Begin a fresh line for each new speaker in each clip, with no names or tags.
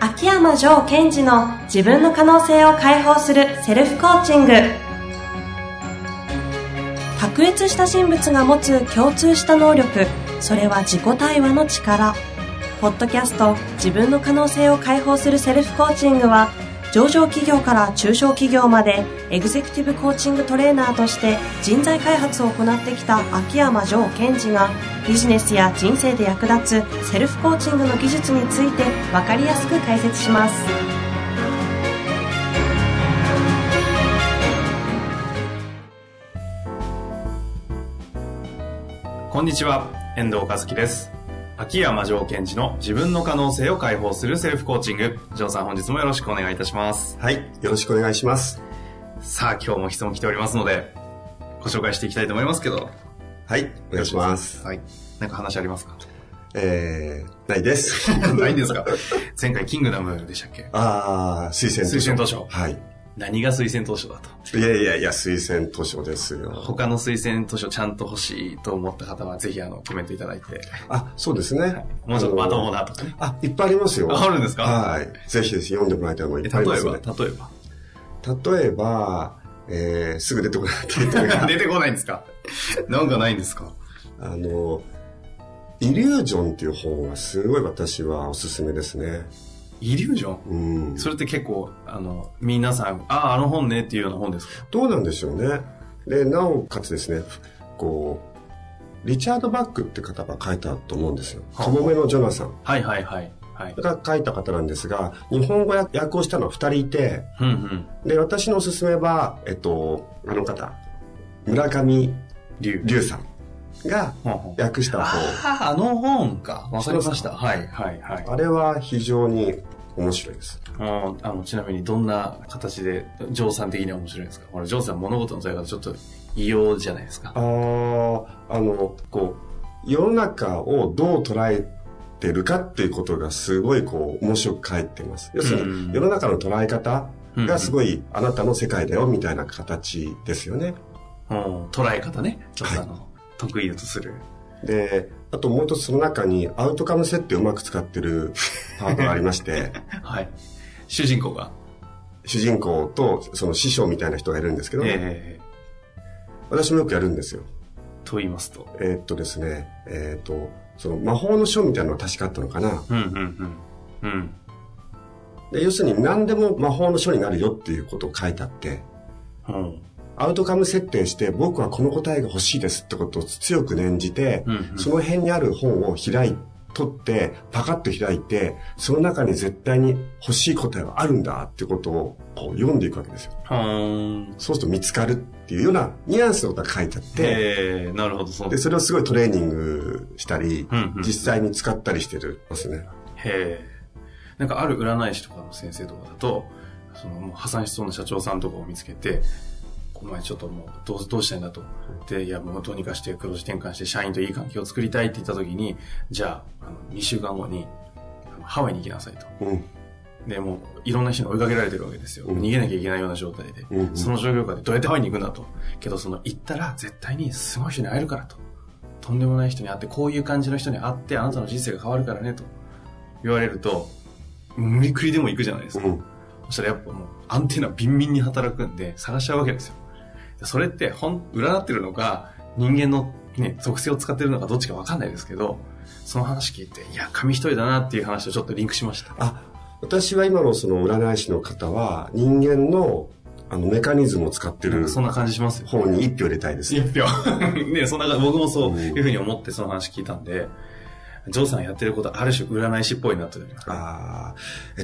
秋山城賢治の自分の可能性を解放するセルフコーチング。卓越した人物が持つ共通した能力、それは自己対話の力。ポッドキャスト自分の可能性を解放するセルフコーチングは、上場企業から中小企業までエグゼクティブコーチングトレーナーとして人材開発を行ってきた秋山城賢治が、ビジネスや人生で役立つセルフコーチングの技術について分かりやすく解説します。
こんにちは、遠藤和樹です。秋山城賢治の自分の可能性を解放するセルフコーチング。城さん、本日もよろしくお願いいたします。
はい、よろしくお願いします。
さあ、今日も質問来ておりますので、ご紹介していきたいと思いますけど。
はい、お願いします。
はい。なんか話ありますか？
ないです。
ないんですか？前回キングダムでしたっけ？
推薦図書。はい。
何が推薦図書だと。
いや、推薦図書ですよ。
他の推薦図書ちゃんと欲しいと思った方は、ぜひコメントいただいて。
そうですね。はい、
もうちょっとまともなとかね。
いっぱいありますよ。
あるんですか？
はい。ぜひ読んでもらいたいのがいっぱいありますね。例えば、すぐ出てこない。
出てこないんですか？なんかないんですか？
イリュージョンっていう本がすごい私はおすすめですね。
イリュージョン？それって結構、皆さん、あの本ねっていうような本ですか？
どうなんでしょうね。で、なおかつですね、リチャード・バックって方が書いたと思うんですよ。かもめのジョナサン。
はい。
が書いた方なんですが、日本語訳をしたのは2人いて、で、私のおすすめは、あの方、村上龍さんが訳した本。
あの本か。わかりました。はい。
あれは非常に面白いです。
ちなみにどんな形で、ジョーさん的には面白いんですか？ジョーさん物事の捉え方ちょっと異様じゃないですか。
世の中をどう捉えてるかっていうことがすごい面白く書いてます。要するに、世の中の捉え方がすごいあなたの世界だよみたいな形ですよね。
捉え方ね。ジョーさんの得意とする。
で、あともう一つその中にアウトカム設定をうまく使ってるパートがありまして。
はい。主人公
とその師匠みたいな人がいるんですけどね。私もよくやるんですよ。
と言いますと。
ですね、その魔法の書みたいなのが確かあったのかな。で、要するに何でも魔法の書になるよっていうことを書いてあって、アウトカム設定して僕はこの答えが欲しいですってことを強く念じて、その辺にある本を取ってパカッと開いて、その中に絶対に欲しい答えはあるんだってことを読んでいくわけですよ。そうすると見つかるっていうようなニュアンスのことが書いてあって、
なるほど、そう
でそれをすごいトレーニングしたり、実際に使ったりしてますね。
なんかある占い師とかの先生とかだと、もう破産しそうな社長さんとかを見つけて、お前ちょっともうどうしたいんだと。で、いやもうどうにかして黒字転換して社員といい関係を作りたいって言った時に、じゃあ、2週間後にハワイに行きなさいと。で、もういろんな人に追いかけられてるわけですよ。逃げなきゃいけないような状態で。その状況下でどうやってハワイに行くんだと。けど行ったら絶対にすごい人に会えるからと。とんでもない人に会って、こういう感じの人に会って、あなたの人生が変わるからねと言われると、無理くりでも行くじゃないですか。そしたらやっぱもうアンテナビンビンに働くんで探しちゃうわけですよ。それって占ってるのか人間のね属性を使ってるのかどっちか分かんないですけど、その話聞いて、いや紙一重だなっていう話とちょっとリンクしました。
私は今のその占い師の方は人間のメカニズムを使ってる、
そんな感じしますよ。
方に一票入れたいです。
一票ね、そんな僕もそういうふうに思ってその話聞いたんで、ジョーさんやってることある種占い師っぽいなって思います。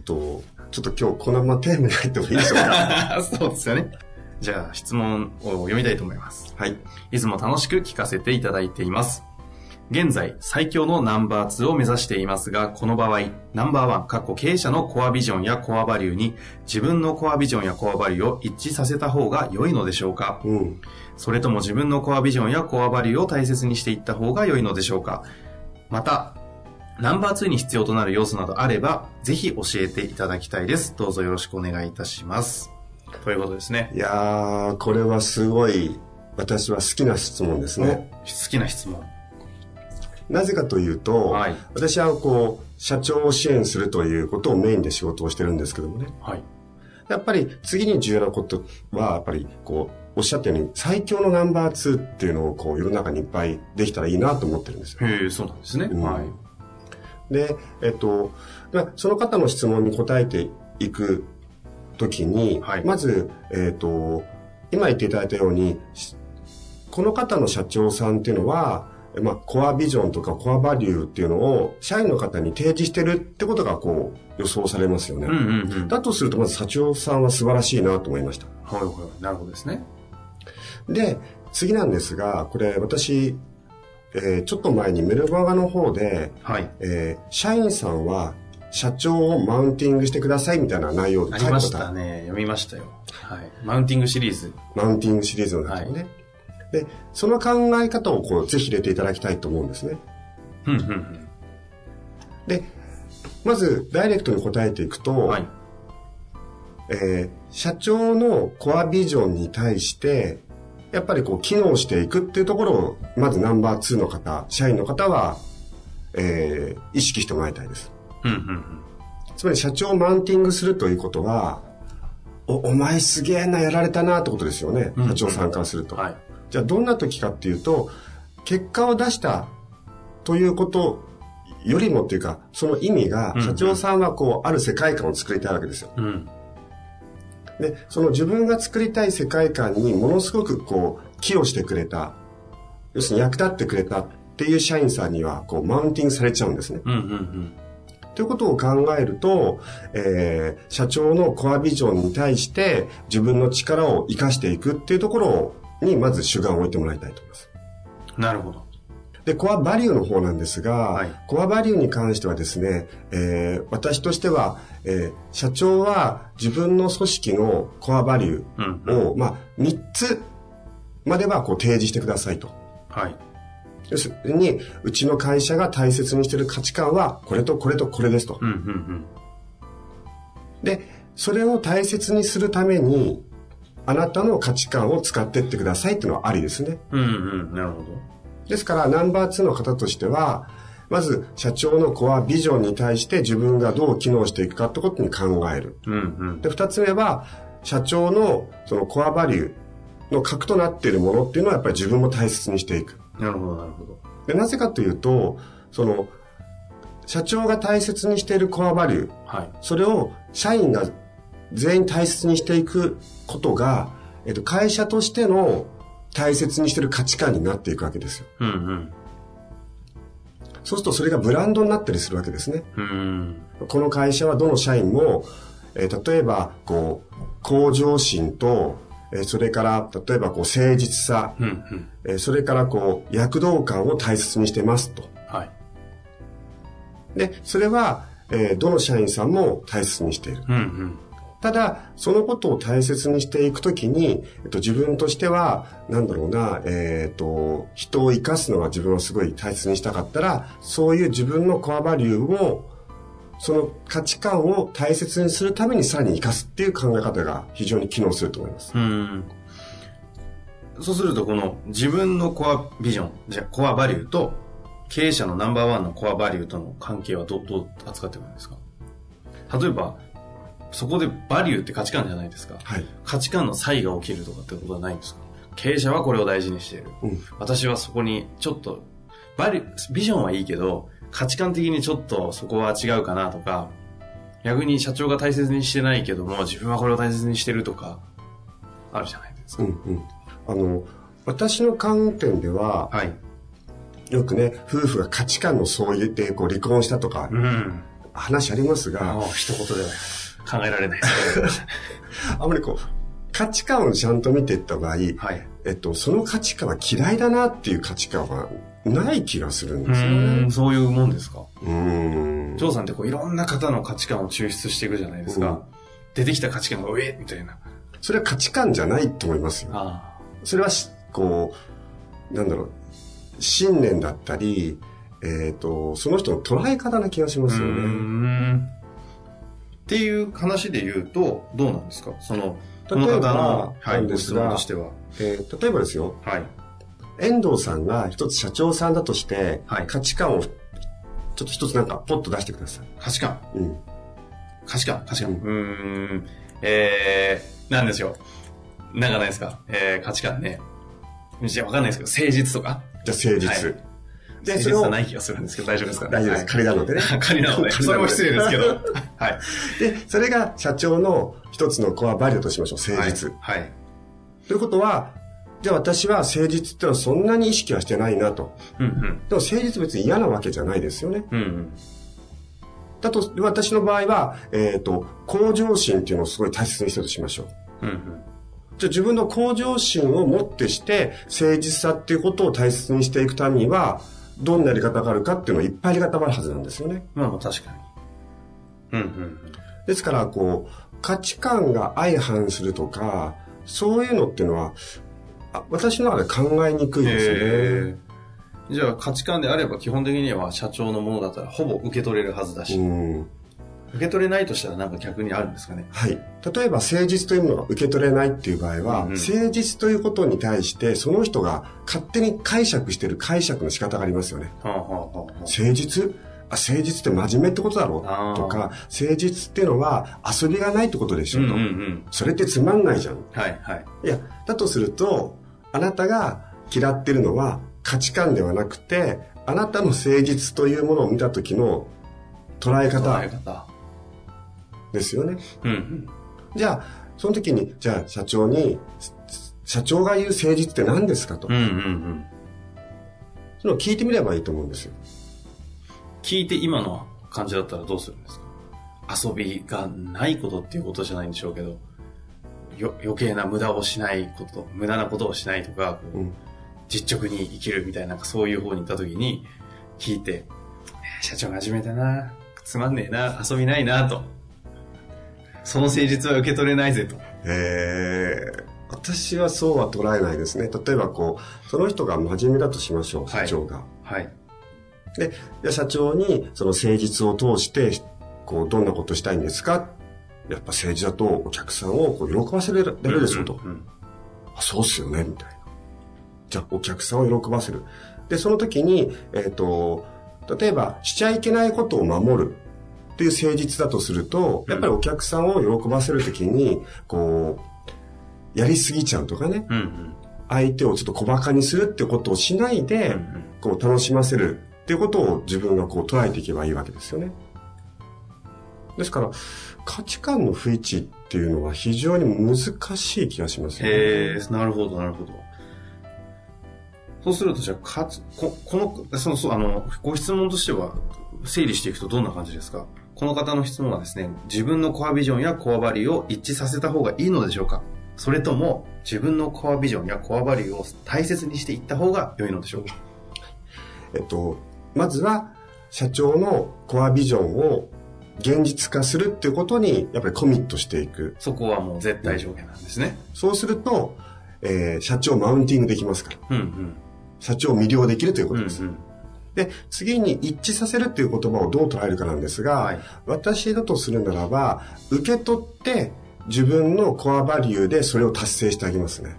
ちょっと今日このままテーマに入ってもいいでしょうか？
そうですよね。じゃあ質問を読みたいと思います。はい。いつも楽しく聞かせていただいています。現在、最強のナンバー2を目指していますが、この場合、ナンバー1、経営者のコアビジョンやコアバリューに、自分のコアビジョンやコアバリューを一致させた方が良いのでしょうか？それとも自分のコアビジョンやコアバリューを大切にしていった方が良いのでしょうか？また、ナンバー2に必要となる要素などあれば、ぜひ教えていただきたいです。どうぞよろしくお願いいたします。ということですね。
いやー、これはすごい私は好きな質問ですね。
好きな質問。
なぜかというと、私は社長を支援するということをメインで仕事をしてるんですけどもね。
はい。
やっぱり次に重要なことは、やっぱりこう、おっしゃったように最強のナンバー2っていうのをこう世の中にいっぱいできたらいいなと思ってるんですよ。
へえ、そうなんですね。はい。
で、その方の質問に答えていくときに、はい、まず、今言っていただいたように、この方の社長さんっていうのは、コアビジョンとかコアバリューっていうのを社員の方に提示してるってことがこう予想されますよね。だとするとまず社長さんは素晴らしいなと思いました。
はいはい。なるほどですね。
で、次なんですが、これ私、ちょっと前にメルマガの方で、はい、社員さんは社長をマウンティングしてくださいみたいな内容で
書いてありましたね。読みましたよ。はい。マウンティングシリーズ。
マウンティングシリーズの中でね。はい、で、その考え方をこうぜひ入れていただきたいと思うんですね。で、まずダイレクトに答えていくと、はい、社長のコアビジョンに対してやっぱりこう機能していくっていうところをまずナンバー2の方、社員の方は、意識してもらいたいです。つまり社長をマウンティングするということは、お前すげえな、やられたなってことですよね。社長さんからすると。はい、じゃあどんな時かっていうと、結果を出したということよりもっていうか、その意味が、社長さんはこう、ある世界観を作りたいわけですよ。で、その自分が作りたい世界観にものすごくこう、寄与してくれた、要するに役立ってくれたっていう社員さんには、こう、マウンティングされちゃうんですね。ということを考えると、社長のコアビジョンに対して自分の力を生かしていくっていうところにまず主眼を置いてもらいたいと思います。
なるほど。
で、コアバリューの方なんですが、はい、コアバリューに関してはですね、私としては、社長は自分の組織のコアバリューを、3つまではこう提示してくださいと。はい。要するに、うちの会社が大切にしている価値観は、これとこれとこれですと。で、それを大切にするために、あなたの価値観を使っていってくださいっていうのはありですね。
なるほど。
ですから、ナンバー2の方としては、まず、社長のコアビジョンに対して自分がどう機能していくかってことに考える。で、2つ目は、社長のそのコアバリューの核となっているものっていうのはやっぱり自分も大切にしていく。
なるほど、なるほど。
で、なぜかというと、その、社長が大切にしているコアバリュー、はい、それを社員が全員大切にしていくことが、会社としての大切にしている価値観になっていくわけですよ。そうするとそれがブランドになったりするわけですね。この会社はどの社員も、例えば、こう、向上心と、それから例えばこう誠実さ、それからこう躍動感を大切にしてますと。はい、でそれは、どの社員さんも大切にしている。ただそのことを大切にしていくときに、自分としてはなんだろうな、人を生かすのが自分はすごい大切にしたかったら、そういう自分のコアバリューをその価値観を大切にするためにさらに生かすっていう考え方が非常に機能すると思います。
そうするとこの自分のコアビジョン、じゃコアバリューと経営者のナンバー1のコアバリューとの関係はどう扱っていくんですか？例えばそこでバリューって価値観じゃないですか。はい、価値観の差異が起きるとかってことはないんですか？経営者はこれを大事にしている。私はそこにちょっとビジョンはいいけど価値観的にちょっとそこは違うかなとか、逆に社長が大切にしてないけども自分はこれを大切にしてるとかあるじゃないですか。
私の観点では、はい、よくね、夫婦が価値観の相違でこう離婚したとか、話ありますが、
一言では考えられない
あまりこう価値観をちゃんと見ていった場合、はい、その価値観は嫌いだなっていう価値観はない気がするんですよね。
そういうもんですか。張さんってこういろんな方の価値観を抽出していくじゃないですか。出てきた価値観がみたいな。
それは価値観じゃないと思いますよ。それはこうなんだろう、信念だったり、その人の捉え方な気がしますよね。
っていう話で言うとどうなんですか。この方のご質問としては、
例えばですよ。遠藤さんが一つ社長さんだとして、価値観をちょっと一つなんかポッと出してください。
価値観。
うん。
価値観。なんですよ。なんかないですか？価値観ね。じゃわかんないですけど、誠実とか。
じゃあ誠実。
はい、で、誠実はない気がするんですけど、大丈夫ですか？
大丈夫です。仮なのでね。
仮なので。それも失礼ですけど。はい。
で、それが社長の一つのコアバリューとしましょう。誠実。
はい。
ということは、じゃあ私は誠実ってのはそんなに意識はしてないなと。
うんうん。
でも誠実別に嫌なわけじゃないですよね。
うんうん。
だと、私の場合は、向上心っていうのをすごい大切にしてるとしましょう。
うんうん。
じゃあ自分の向上心をもってして誠実さっていうことを大切にしていくためにはどんなやり方があるかっていうのをいっぱいやり方があるはずなんですよね。
まあ確かに。うんうん。
ですからこう価値観が相反するとかそういうのっていうのは私の中で考えにくいですね。
じゃあ価値観であれば基本的には社長のものだったらほぼ受け取れるはずだし、受け取れないとしたらなんか逆にあるんですかね。
はい。例えば誠実というものが受け取れないっていう場合は、誠実ということに対してその人が勝手に解釈している解釈の仕方がありますよね。誠実？誠実って真面目ってことだろうとか、誠実っていうのは遊びがないってことでしょと。それってつまんないじゃん。
はいはい。
いや、だとすると、あなたが嫌ってるのは価値観ではなくて、あなたの誠実というものを見た時の捉え方ですよね。
うんうん、
じゃあ、その時に、じゃあ社長が言う誠実って何ですかと。それを聞いてみればいいと思うんですよ。
聞いて今の感じだったらどうするんですか？遊びがないことっていうことじゃないんでしょうけど、余計な無駄をしないこと、無駄なことをしないとか、実直に生きるみたいな、そういう方に行った時に聞いて、社長真面目だな、つまんねえな、遊びないなと。その誠実は受け取れないぜと。
私はそうは捉えないですね。例えばその人が真面目だとしましょう、社長が。
はい。
で、社長にその誠実を通して、どんなことしたいんですか？やっぱ誠実だとお客さんを喜ばせられるでしょと。あ、そうっすよね、みたいな。じゃあお客さんを喜ばせる。で、その時に、例えばしちゃいけないことを守るっていう誠実だとすると、やっぱりお客さんを喜ばせる時に、やりすぎちゃうとかね、相手をちょっと小馬鹿にするってことをしないで、楽しませるっていうことを自分が捉えていけばいいわけですよね。ですから、価値観の不一致っていうのは非常に難しい気がしますよね。
なるほど、なるほど。そうすると、じゃあ、ご質問としては、整理していくとどんな感じですか？この方の質問はですね、自分のコアビジョンやコアバリューを一致させた方がいいのでしょうか？それとも、自分のコアビジョンやコアバリューを大切にしていった方が良いのでしょうか？
まずは、社長のコアビジョンを現実化するっていうことに、やっぱりコミットしていく。
そこはもう絶対条件なんですね。
そうすると、社長をマウンティングできますから。社長を魅了できるということです。で、次に一致させるっていう言葉をどう捉えるかなんですが、私だとするならば、受け取って自分のコアバリューでそれを達成してあげますね。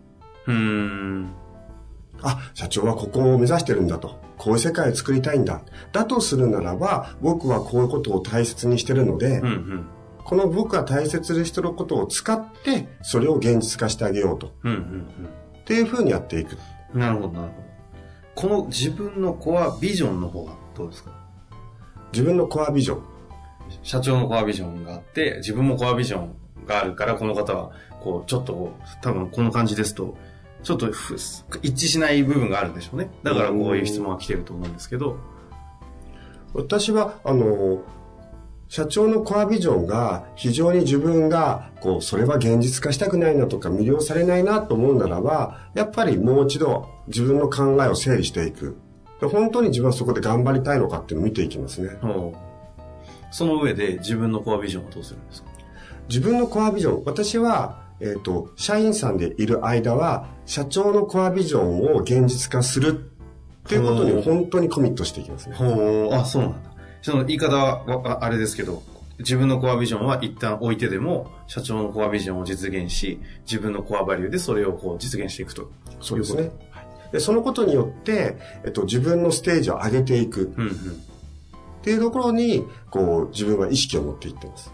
社長はここを目指してるんだと。こういう世界を作りたいんだ。だとするならば、僕はこういうことを大切にしてるので、この僕が大切にしてることを使って、それを現実化してあげようと。っていうふうにやっていく。
なるほど、なるほど。この自分のコアビジョンの方はどうですか？
自分のコアビジョン。
社長のコアビジョンがあって、自分もコアビジョンがあるから、この方は、ちょっと、多分この感じですと、ちょっと一致しない部分があるんでしょうね。だからこういう質問が来てると思うんですけど。
私は、社長のコアビジョンが非常に自分が、それは現実化したくないなとか魅了されないなと思うならば、やっぱりもう一度自分の考えを整理していく。本当に自分はそこで頑張りたいのかっていうのを見ていきますね。
その上で自分のコアビジョンはどうするんですか？
自分のコアビジョン、私は、社員さんでいる間は、社長のコアビジョンを現実化するっていうことに本当にコミットしていきますね。
そうなんだ。その言い方はあれですけど、自分のコアビジョンは一旦置いてでも、社長のコアビジョンを実現し、自分のコアバリューでそれを実現していくと。
そうですね。でそのことによって、自分のステージを上げていく。 っていうところに、自分は意識を持っていってます。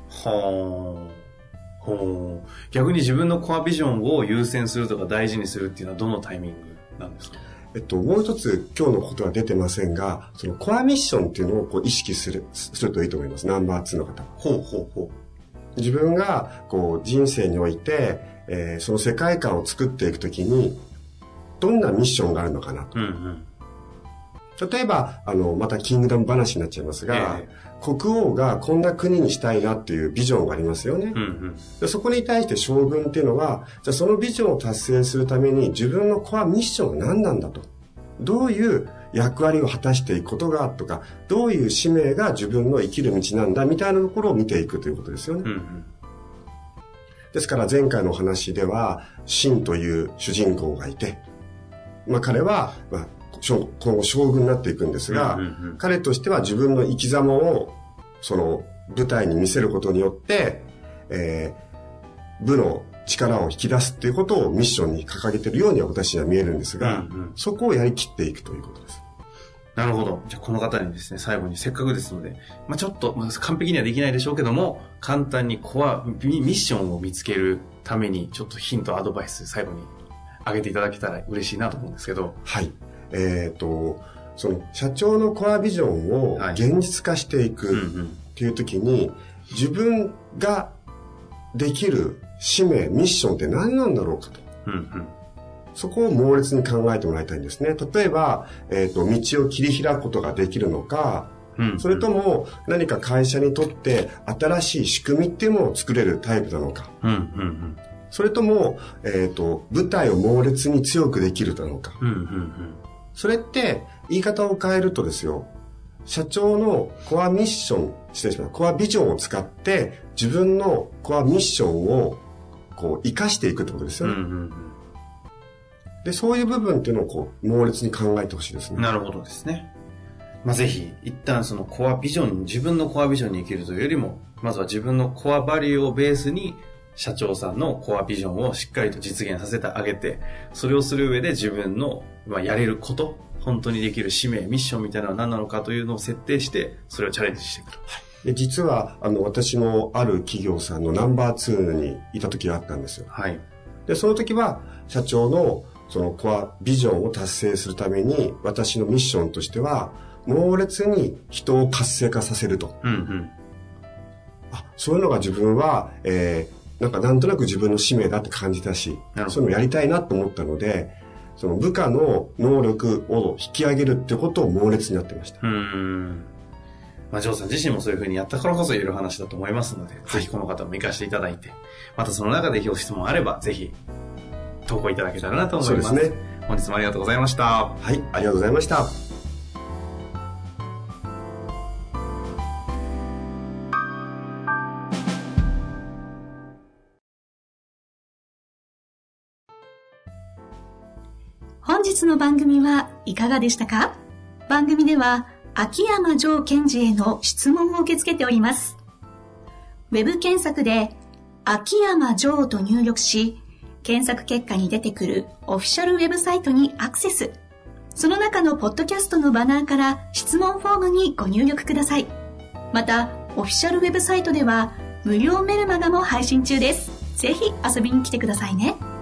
逆に自分のコアビジョンを優先するとか大事にするっていうのはどのタイミングなんですか？
もう一つ今日のことは出てませんが、そのコアミッションっていうのを意識するといいと思います。ナンバー2の方は。自分が人生において、その世界観を作っていくときに、どんなミッションがあるのかなと。例えば、またキングダム話になっちゃいますが、国王がこんな国にしたいなっていうビジョンがありますよね。でそこに対して将軍っていうのは、じゃあそのビジョンを達成するために自分のコアミッションは何なんだと。どういう役割を果たしていくことがとか、どういう使命が自分の生きる道なんだみたいなところを見ていくということですよね。ですから前回のお話では、シンという主人公がいて、彼は、今後将軍になっていくんですが、彼としては自分の生き様をその舞台に見せることによって、部の力を引き出すっていうことをミッションに掲げているようには私には見えるんですが、そこをやりきっていくということです。
なるほど。じゃあこの方にですね、最後にせっかくですので、ちょっと、完璧にはできないでしょうけども、簡単にミッションを見つけるためにちょっとヒント、アドバイス最後に挙げていただけたら嬉しいなと思うんですけど。
はい。その社長のコアビジョンを現実化していくっていう時に、自分ができる使命、ミッションって何なんだろうかと。そこを猛烈に考えてもらいたいんですね。例えば、道を切り開くことができるのか、それとも何か会社にとって新しい仕組みっていうものを作れるタイプなのか。それとも、舞台を猛烈に強くできるなのか。それって言い方を変えるとですよ、社長のコアミッション、コアビジョンを使って自分のコアミッションを活かしていくってことですよね。で、そういう部分っていうのを猛烈に考えてほしいですね。
なるほどですね。ぜひ一旦そのコアビジョン、自分のコアビジョンに生きるというよりも、まずは自分のコアバリューをベースに社長さんのコアビジョンをしっかりと実現させてあげて、それをする上で自分のやれること、本当にできる使命、ミッションみたいなのは何なのかというのを設定して、それをチャレンジしていくと。
で実は私もある企業さんのナンバー2にいた時があったんですよ。でその時は社長のそのコアビジョンを達成するために、私のミッションとしては猛烈に人を活性化させると。そういうのが自分は、なんとなく自分の使命だって感じたし、そういうのをやりたいなと思ったので、その部下の能力を引き上げるってことを猛烈にやってました。
ジョーさん自身もそういうふうにやったからこそ言える話だと思いますので、ぜひこの方も活かしていただいて、またその中でご質問あれば、ぜひ投稿いただけたらなと思います。そうですね。本日もありがとうございました。
はい、ありがとうございました。
本日の番組はいかがでしたか？番組では秋山城賢治への質問を受け付けております。ウェブ検索で秋山城と入力し、検索結果に出てくるオフィシャルウェブサイトにアクセス。その中のポッドキャストのバナーから質問フォームにご入力ください。また、オフィシャルウェブサイトでは無料メルマガも配信中です。ぜひ遊びに来てくださいね。